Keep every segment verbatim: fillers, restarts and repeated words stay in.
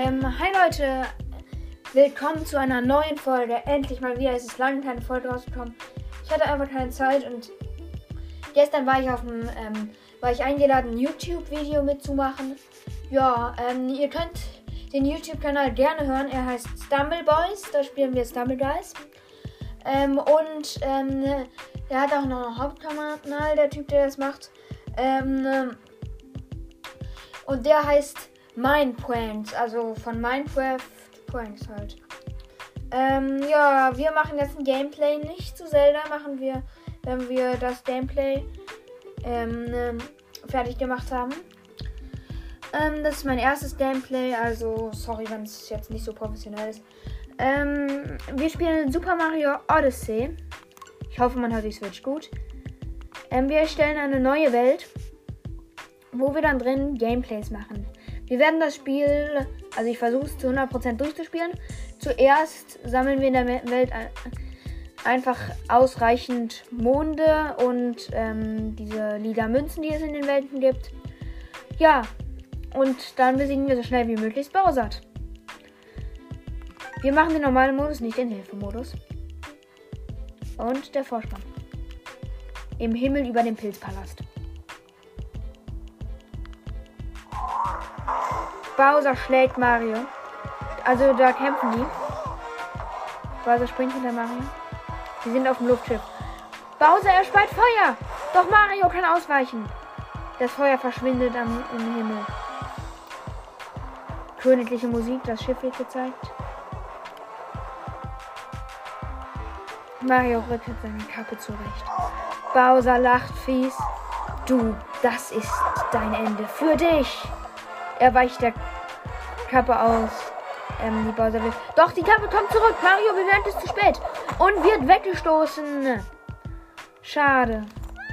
Ähm, hi Leute, willkommen zu einer neuen Folge. Endlich mal wieder, es ist lange keine Folge rausgekommen. Ich hatte einfach keine Zeit und gestern war ich auf dem, ähm, war ich eingeladen, ein YouTube-Video mitzumachen. Ja, ähm, ihr könnt den YouTube-Kanal gerne hören. Er heißt Stumbleboys, da spielen wir Stumbleboys. Ähm, und ähm, er hat auch noch einen Hauptkanal, der Typ, der das macht. Ähm, und der heißt Minepranks, also von Minecraft Pranks halt. Ähm, ja, wir machen jetzt ein Gameplay, nicht zu Zelda machen wir, wenn wir das Gameplay ähm, fertig gemacht haben. Ähm, das ist mein erstes Gameplay, also sorry, wenn es jetzt nicht so professionell ist. Ähm, wir spielen Super Mario Odyssey. Ich hoffe, man hört die Switch gut. Ähm, wir erstellen eine neue Welt, wo wir dann drin Gameplays machen. Wir werden das Spiel, also ich versuche es zu hundert Prozent durchzuspielen. Zuerst sammeln wir in der Welt einfach ausreichend Monde und ähm, diese lila Münzen, die es in den Welten gibt. Ja, und dann besiegen wir so schnell wie möglich Bowser. Wir machen den normalen Modus, nicht den Hilfemodus. Und der Vorspann. Im Himmel über dem Pilzpalast. Bowser schlägt Mario. Also da kämpfen die. Bowser springt hinter Mario. Sie sind auf dem Luftschiff. Bowser, er speit Feuer. Doch Mario kann ausweichen. Das Feuer verschwindet am, im Himmel. Königliche Musik, das Schiff wird gezeigt. Mario rückt seine Kappe zurecht. Bowser lacht fies. Du, das ist dein Ende für dich. Er weicht der Kappe aus. Ähm, die Bowser will. Doch, die Kappe kommt zurück. Mario bemerkt es zu spät. Und wird weggestoßen. Schade.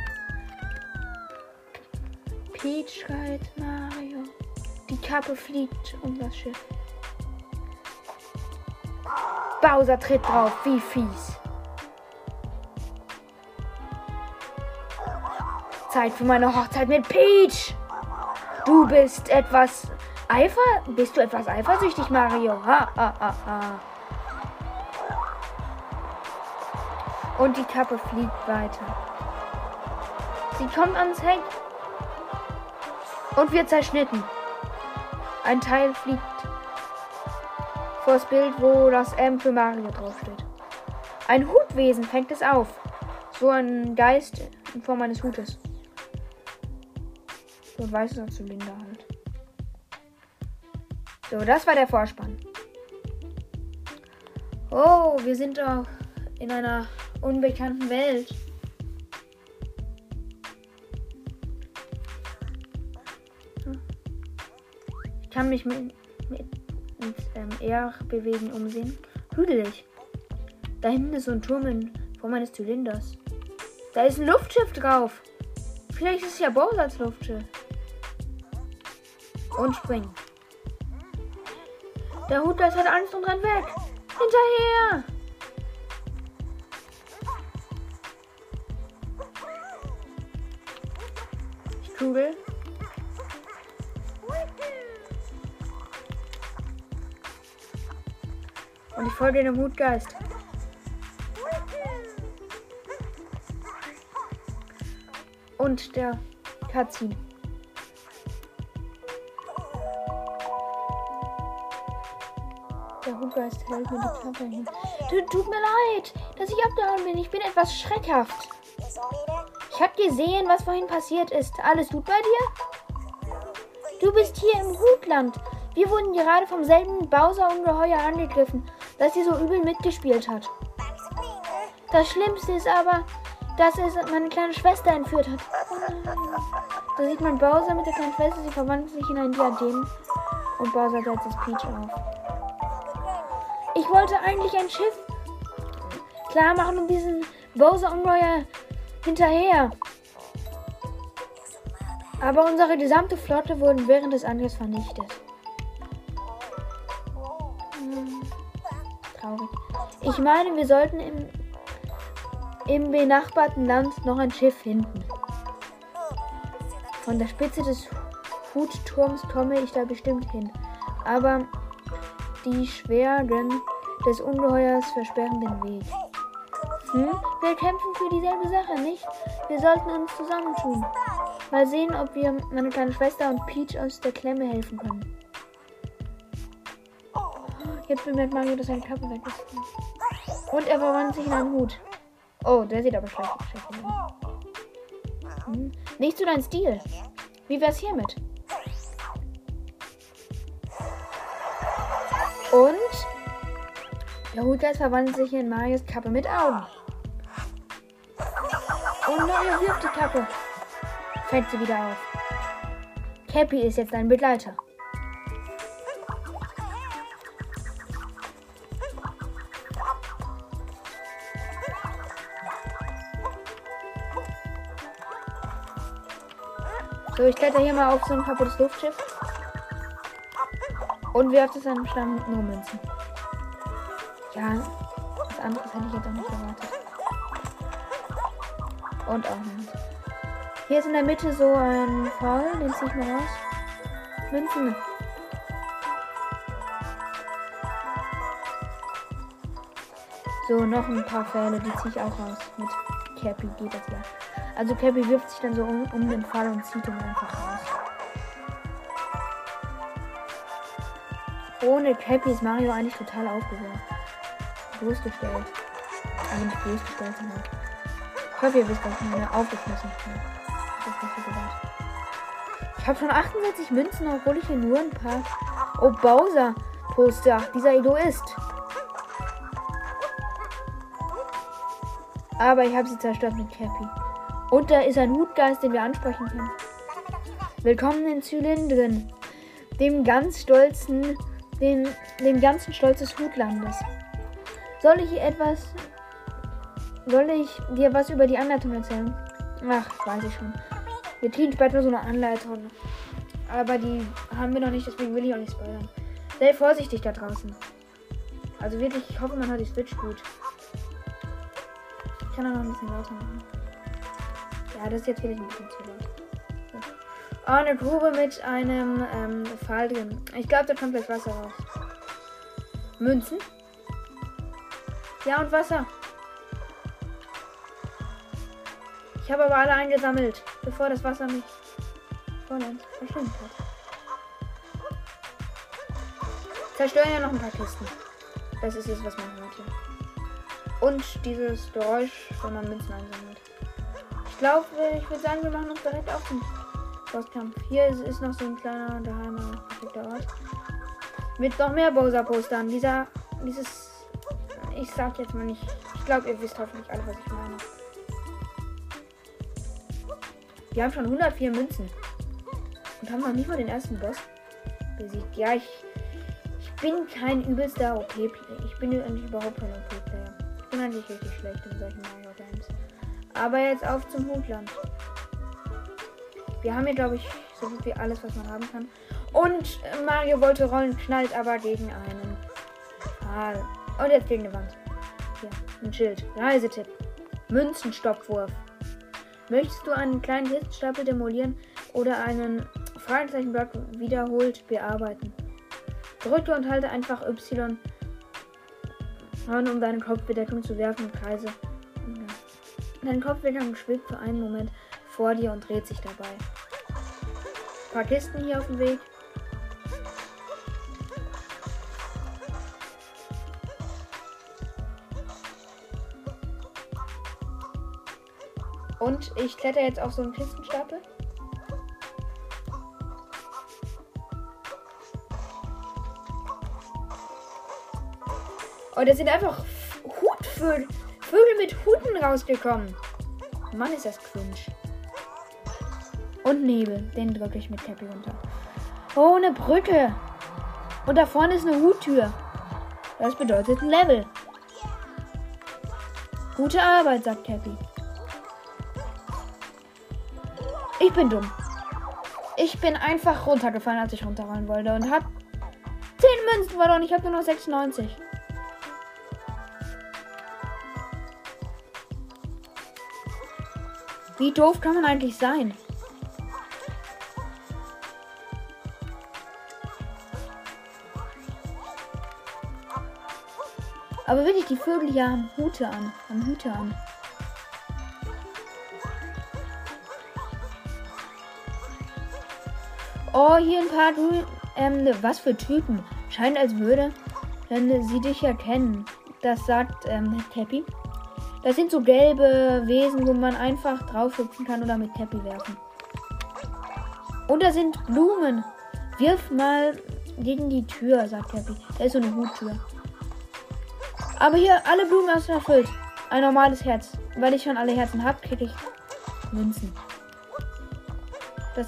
Peach schreit Mario. Die Kappe fliegt um das Schiff. Bowser tritt drauf. Wie fies. Zeit für meine Hochzeit mit Peach. Du bist etwas eifer... Bist du etwas eifersüchtig, Mario? Ha, ha, ha, ha. Und die Kappe fliegt weiter. Sie kommt ans Heck. Und wird zerschnitten. Ein Teil fliegt vor das Bild, wo das M für Mario draufsteht. Ein Hutwesen fängt es auf. So ein Geist in Form eines Hutes. So ein weißer Zylinder halt. So, das war der Vorspann. Oh, wir sind auch in einer unbekannten Welt. Ich kann mich mit, mit, mit ähm, eher bewegen, umsehen. Hügelig. Da hinten ist so ein Turm in Form eines Zylinders. Da ist ein Luftschiff drauf. Vielleicht ist es ja Bowsers Luftschiff. Und springen. Der Hutgeist hat Angst und rennt weg. Hinterher! Ich kugel. Und ich folge dem Hutgeist. Und der Cutscene. Der Hutgeist hält mir die Klappe hin. Du, tut mir leid, dass ich abgehauen bin. Ich bin etwas schreckhaft. Ich habe gesehen, was vorhin passiert ist. Alles gut bei dir? Du bist hier im Hutland. Wir wurden gerade vom selben Bowser-Ungeheuer angegriffen, das hier so übel mitgespielt hat. Das Schlimmste ist aber, dass es meine kleine Schwester entführt hat. Oh nein. Da sieht man Bowser mit der kleinen Schwester. Sie verwandelt sich in ein Diadem. Und Bowser setzt das Peach auf. Ich wollte eigentlich ein Schiff klar machen, um diesen Bowser-Ungeheuer hinterher. Aber unsere gesamte Flotte wurde während des Angriffs vernichtet. Hm, traurig. Ich meine, wir sollten im, im benachbarten Land noch ein Schiff finden. Von der Spitze des Hutturms komme ich da bestimmt hin. Aber Die Schwärgen des Ungeheuers versperren den Weg. Hm? Wir kämpfen für dieselbe Sache, nicht? Wir sollten uns zusammentun. Mal sehen, ob wir meine kleine Schwester und Peach aus der Klemme helfen können. Jetzt bemerkt Mario, dass seine Kappe weg ist. Und er verwandelt sich in einen Hut. Oh, der sieht aber schlecht aus. Hm. Nicht zu deinem Stil. Wie wär's hiermit? Und der Hutgeist verwandelt sich in Marios Kappe mit Augen. Und Mario wirft die Kappe. Fällt sie wieder auf. Cappy ist jetzt ein Begleiter. So, ich kletter hier mal auf so ein kaputtes Luftschiff. Und werfe es an den Stamm mit nur Münzen. Ja, was anderes hätte ich jetzt auch nicht erwartet. Und auch nicht. Hier ist in der Mitte so ein Pfahl, den ziehe ich mal raus. Münzen. So, noch ein paar Pfähle, die ziehe ich auch raus. Mit Cappy geht das ja. Also Cappy wirft sich dann so um, um den Pfahl und zieht ihn einfach raus. Ohne Cappy ist Mario eigentlich total aufgewärmt. Bloßgestellt. Also nicht bloßgestellt, sondern ich hoffe, ihr wisst, was ich meine. Aufgeschmissen. Das ist nicht so gedacht. Ich habe schon achtundsechzig Münzen, obwohl ich hier nur ein paar... Oh, Bowser Poster. Dieser Egoist. Aber ich habe sie zerstört mit Cappy. Und da ist ein Hutgeist, den wir ansprechen können. Willkommen in Zylindren. Dem ganz stolzen... Den, dem ganzen Stolz des Hutlandes. Soll ich etwas... Soll ich dir was über die Anleitung erzählen? Ach, weiß ich schon. Wir kriegen später so eine Anleitung. Aber die haben wir noch nicht, deswegen will ich auch nicht spoilern. Sei vorsichtig da draußen. Also wirklich, ich hoffe, man hat die Switch gut. Ich kann auch noch ein bisschen lauter machen. Ja, das ist jetzt vielleicht ein bisschen zu laut. So. Oh, eine Grube mit einem ähm, Pfahl drin. Ich glaube, da kommt gleich Wasser raus. Münzen? Ja, und Wasser. Ich habe aber alle eingesammelt, bevor das Wasser mich vollends verschwindet hat. Zerstören ja noch ein paar Kisten. Das ist es, was man hört hier. Und dieses Geräusch, wenn man Münzen einsammelt. Ich glaube, ich würde sagen, wir machen uns direkt auf den Bosskampf. Hier ist, ist noch so ein kleiner geheimer versteckter Ort. Mit noch mehr Bowser-Postern. Dieser, dieses, ich sag jetzt mal nicht. Ich glaube, ihr wisst hoffentlich alle, was ich meine. Wir haben schon hundertvier Münzen. Und haben noch nicht mal den ersten Boss besiegt. Ja, ich, ich bin kein übelster O P-Player. Ich bin eigentlich überhaupt kein O P-Player. Ich bin eigentlich richtig schlecht in solchen Mario Games. Aber jetzt auf zum Hutland. Wir haben hier, glaube ich, so gut wie alles, was man haben kann. Und Mario wollte rollen, knallt aber gegen einen Pfahl. Und jetzt gegen eine Wand. Hier, ein Schild. Reisetipp. Münzenstopfwurf. Möchtest du einen kleinen Kistenstapel demolieren oder einen Fragezeichenblock wiederholt bearbeiten? Drücke und halte einfach Y, um deine Kopfbedeckung zu werfen und kreise. Deine Kopfbedeckung schwebt für einen Moment vor dir und dreht sich dabei. Ein paar Kisten hier auf dem Weg. Und ich kletter jetzt auf so einen Kistenstapel. Oh, da sind einfach Hutvögel Vögel mit Huten rausgekommen. Mann, ist das cringe. Und Nebel, den drücke ich mit Cappy runter. Oh, eine Brücke. Und da vorne ist eine Huttür. Das bedeutet ein Level. Gute Arbeit, sagt Cappy. Ich bin dumm. Ich bin einfach runtergefallen, als ich runterrollen wollte und hab zehn Münzen verloren. Ich habe nur noch sechsundneunzig. Wie doof kann man eigentlich sein? Aber wirklich, die Vögel hier haben Hute an. Haben Hüte an. Oh, hier ein paar Grün. Ähm, was für Typen. Scheint, als würde wenn sie dich erkennen. Das sagt ähm, Cappy. Das sind so gelbe Wesen, wo man einfach drauf hüpfen kann oder mit Cappy werfen. Und da sind Blumen. Wirf mal gegen die Tür, sagt Cappy. Da ist so eine Huttür. Aber hier, alle Blumen sind erfüllt. Ein normales Herz. Weil ich schon alle Herzen habe, kriege ich Münzen. Das.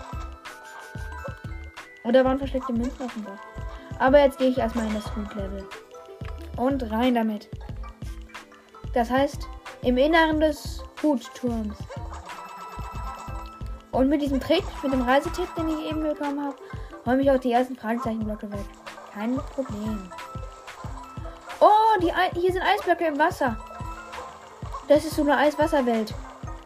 Oder waren versteckte Münzen auf dem Dach. Aber jetzt gehe ich erstmal in das Hut-Level. Und rein damit. Das heißt, im Inneren des Hutturms. Und mit diesem Trick, mit dem Reisetipp, den ich eben bekommen habe, räume ich auch die ersten Fragezeichenblöcke weg. Kein Problem. Oh, die Ei- hier sind Eisblöcke im Wasser. Das ist so eine Eiswasserwelt.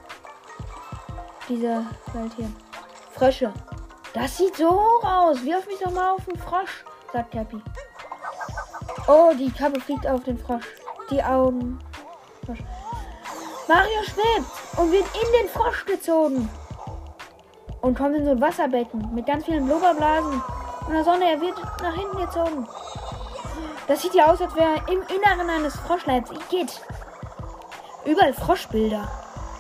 Diese Welt hier. Frösche. Das sieht so hoch aus. Wirf mich doch mal auf den Frosch, sagt Cappy. Oh, die Kappe fliegt auf den Frosch. Die Augen. Frosch. Mario schwebt und wird in den Frosch gezogen. Und kommt in so ein Wasserbecken mit ganz vielen Blubberblasen. Und der Sonne, er wird nach hinten gezogen. Das sieht ja aus, als wäre er im Inneren eines Froschleibs. Ich geht. Überall Froschbilder.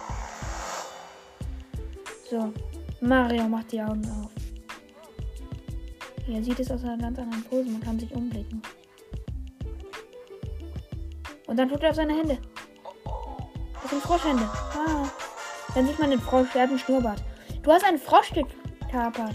So. Mario macht die Augen auf. Hier sieht es aus einer ganz anderen Pose. Man kann sich umblicken. Und dann tut er auf seine Hände. Das sind Froschhände. Ah. Dann sieht man den Frosch. Er hat einen Schnurrbart. Du hast einen Frosch gekapert.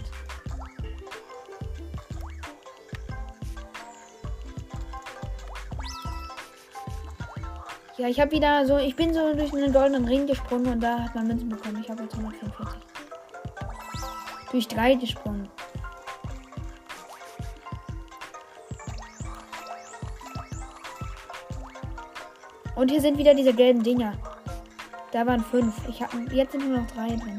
Ja, ich habe wieder so, ich bin so durch einen goldenen Ring gesprungen und da hat man Münzen bekommen. Ich habe jetzt hundertvierundvierzig. Durch drei gesprungen. Und hier sind wieder diese gelben Dinger. Da waren fünf. Ich hab, jetzt sind nur noch drei drin.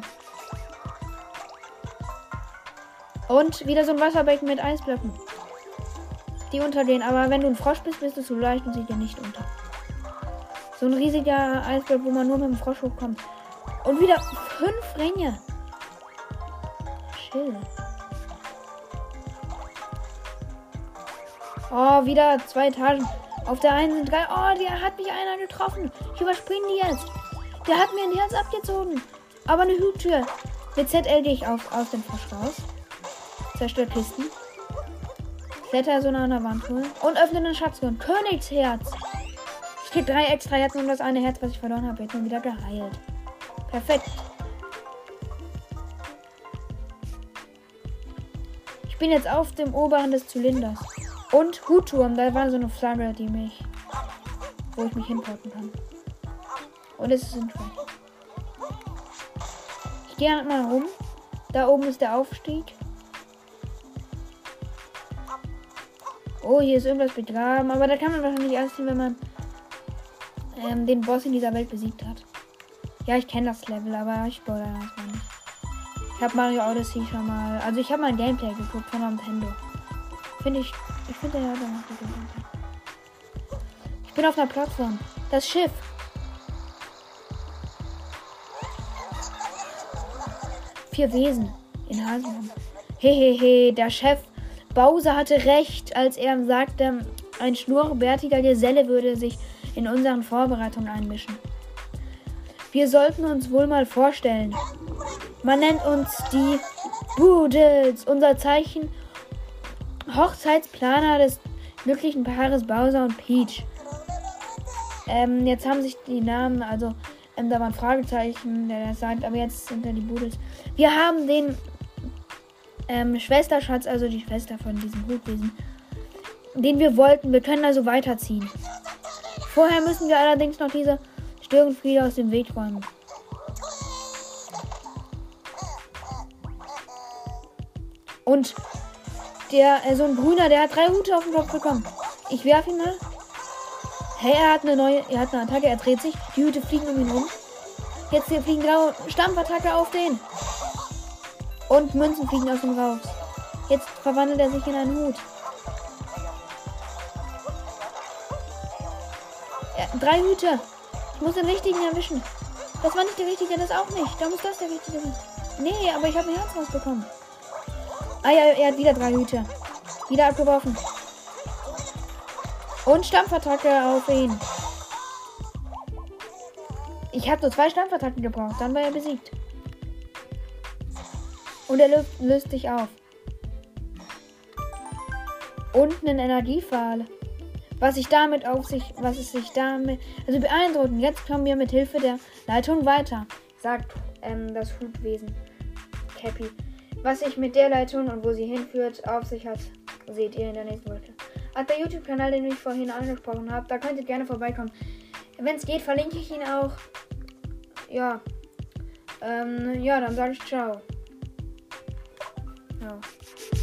Und wieder so ein Wasserbecken mit Eisblöcken. Die untergehen. Aber wenn du ein Frosch bist, bist du zu leicht und sie gehen nicht unter. So ein riesiger Eisblock, wo man nur mit dem Frosch hochkommt. Und wieder fünf Ränge. Chill. Oh, wieder zwei Etagen. Auf der einen sind drei. Oh, der hat mich einer getroffen. Ich überspringe die jetzt. Der hat mir ein Herz abgezogen. Aber eine Huttür. Mit Z L gehe ich auf, aus dem Frosch raus. Zerstört Kisten. Kletter so nah an der Wand holen. Und öffne eine Schatztruhe. Königsherz. Ich krieg drei extra Herzen und das eine Herz, was ich verloren habe, jetzt mal wieder geheilt. Perfekt. Ich bin jetzt auf dem oberen des Zylinders. Und Hutturm, da war so eine Flagge, die mich, wo ich mich hinporten kann. Und es ist ein Track. Ich gehe halt mal rum. Da oben ist der Aufstieg. Oh, hier ist irgendwas begraben. Aber da kann man wahrscheinlich erst hin, wenn man ähm, den Boss in dieser Welt besiegt hat. Ja, ich kenne das Level, aber ich spoilere das mal nicht. Ich habe Mario Odyssey schon mal. Also ich habe mal ein Gameplay geguckt von Nintendo. Finde ich. Ich finde ja, da macht die Gameplay. Ich bin auf einer Plattform. Das Schiff. Vier Wesen in Haselham. Hehehe, der Chef Bowser hatte recht, als er sagte, ein schnurrbärtiger Geselle würde sich in unseren Vorbereitungen einmischen. Wir sollten uns wohl mal vorstellen. Man nennt uns die Boodles, unser Zeichen Hochzeitsplaner des glücklichen Paares Bowser und Peach. Ähm, jetzt haben sich die Namen, also ähm, da war ein Fragezeichen, der das sagt, aber jetzt sind da die Boodles. Wir haben den ähm, Schwesterschatz, also die Schwester von diesem Hutwesen, den wir wollten. Wir können also weiterziehen. Vorher müssen wir allerdings noch diese Störenfriede aus dem Weg räumen. Und der, äh, so ein Grüner, der hat drei Hute auf den Kopf bekommen. Ich werfe ihn mal. Hey, er hat eine neue, er hat eine Attacke, er dreht sich. Die Hüte fliegen um ihn rum. Jetzt hier fliegen graue Stampfattacke auf den. Und Münzen fliegen aus ihm raus. Jetzt verwandelt er sich in einen Hut. Drei Hüte. Ich muss den richtigen erwischen. Das war nicht der richtige, das auch nicht. Da muss das der richtige sein. Nee, aber ich habe ein Herz rausbekommen. Ah ja, er hat wieder drei Hüte. Wieder abgeworfen. Und Stampfattacke auf ihn. Ich habe nur zwei Stampfattacken gebraucht. Dann war er besiegt. Und er löst, löst sich auf. Und einen Energiepfahl. Was sich damit auf sich, was es sich damit, also beeindruckend. Jetzt kommen wir mit Hilfe der Leitung weiter, sagt ähm, das Hutwesen Cappy. Was sich mit der Leitung und wo sie hinführt auf sich hat, seht ihr in der nächsten Folge. Hat der YouTube-Kanal, den ich vorhin angesprochen habe, da könnt ihr gerne vorbeikommen. Wenn es geht, verlinke ich ihn auch. Ja, ähm, ja, dann sage ich ciao. Ja.